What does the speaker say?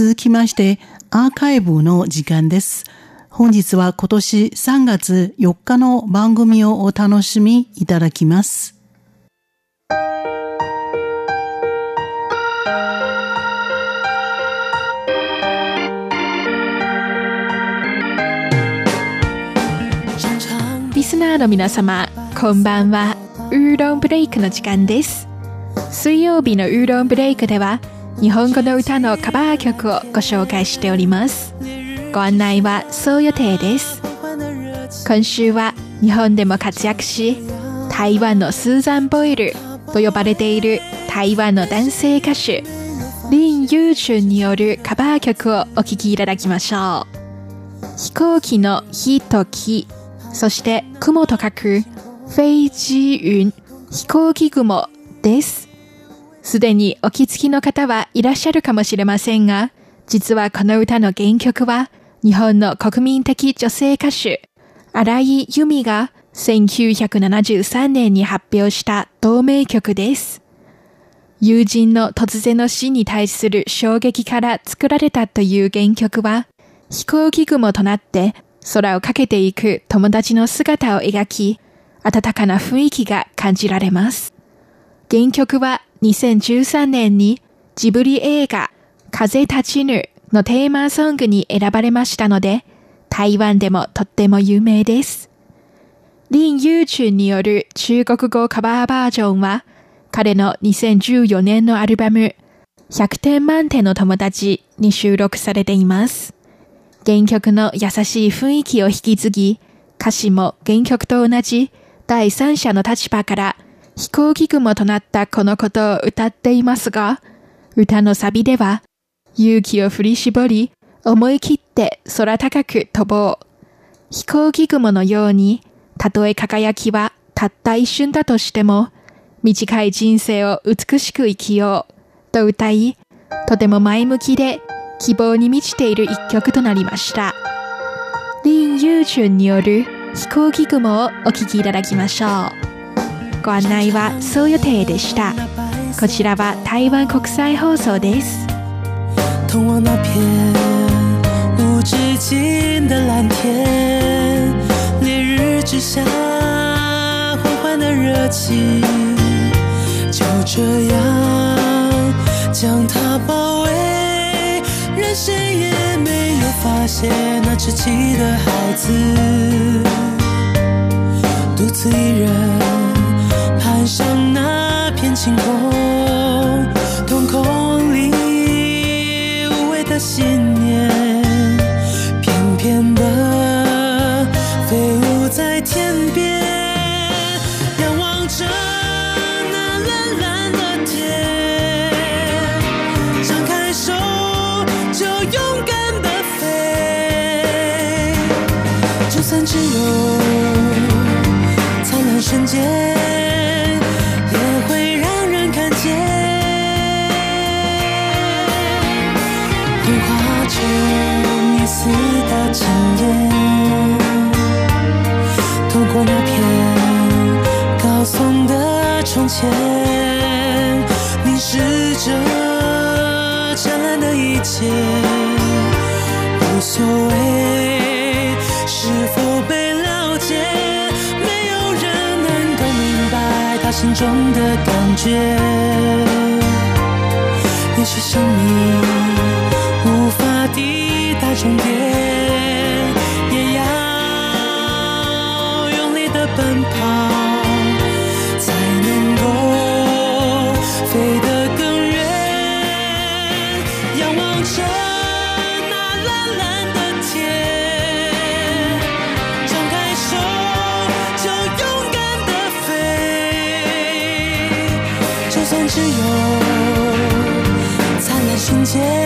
続きましてアーカイブの時間です。本日は今年3月4日の番組をお楽しみいただきます。 リスナーの皆様、こんばんは。ウーロンブレイクの時間です。水曜日のウーロンブレイクでは日本語の歌のカバー曲をご紹介しております。ご案内はそう予定です。今週は日本でも活躍し、台湾のスーザン・ボイルと呼ばれている台湾の男性歌手林友春によるカバー曲をお聴きいただきましょう。飛行機の飛と機、そして雲と書く飛機雲、飛行機雲です。すでにお気づきの方はいらっしゃるかもしれませんが、実はこの歌の原曲は日本の国民的女性歌手荒井由実が1973年に発表した同名曲です。友人の突然の死に対する衝撃から作られたという原曲は、飛行機雲となって空をかけていく友達の姿を描き、温かな雰囲気が感じられます。原曲は2013年にジブリ映画風立ちぬのテーマソングに選ばれましたので、台湾でもとっても有名です。林友春による中国語カバーバージョンは、彼の2014年のアルバム100点満点の友達に収録されています。原曲の優しい雰囲気を引き継ぎ、歌詞も原曲と同じ第三者の立場から飛行機雲となったこのことを歌っていますが、歌のサビでは勇気を振り絞り思い切って空高く飛ぼう。飛行機雲のように、たとえ輝きはたった一瞬だとしても、短い人生を美しく生きようと歌い、とても前向きで希望に満ちている一曲となりました。林友春による飛行機雲をお聴きいただきましょう。ご案内はそう予定でした。こちらは台湾国際放送です。 通往那片无止境的蓝天，烈日之下缓缓的热气，就这样将它包围，任谁也没有发现那稚气的孩子独自一人攀上那片晴空，瞳孔里无谓的信念翩翩地飞舞在天边，仰望着那蓝蓝的天，张开手就勇敢地飞，就算只有灿烂瞬间，也会让人看见幻化成一丝的惊艳，透过那片高耸的从前，凝视着灿烂的一切，无所谓是否被了解，没有人能够明白他心中的感觉。也许生命无法抵达终点，也要用力的奔跑，才能够飞得更远。仰望着那蓝蓝的天，张开手就勇敢地飞，就算只有灿烂瞬间，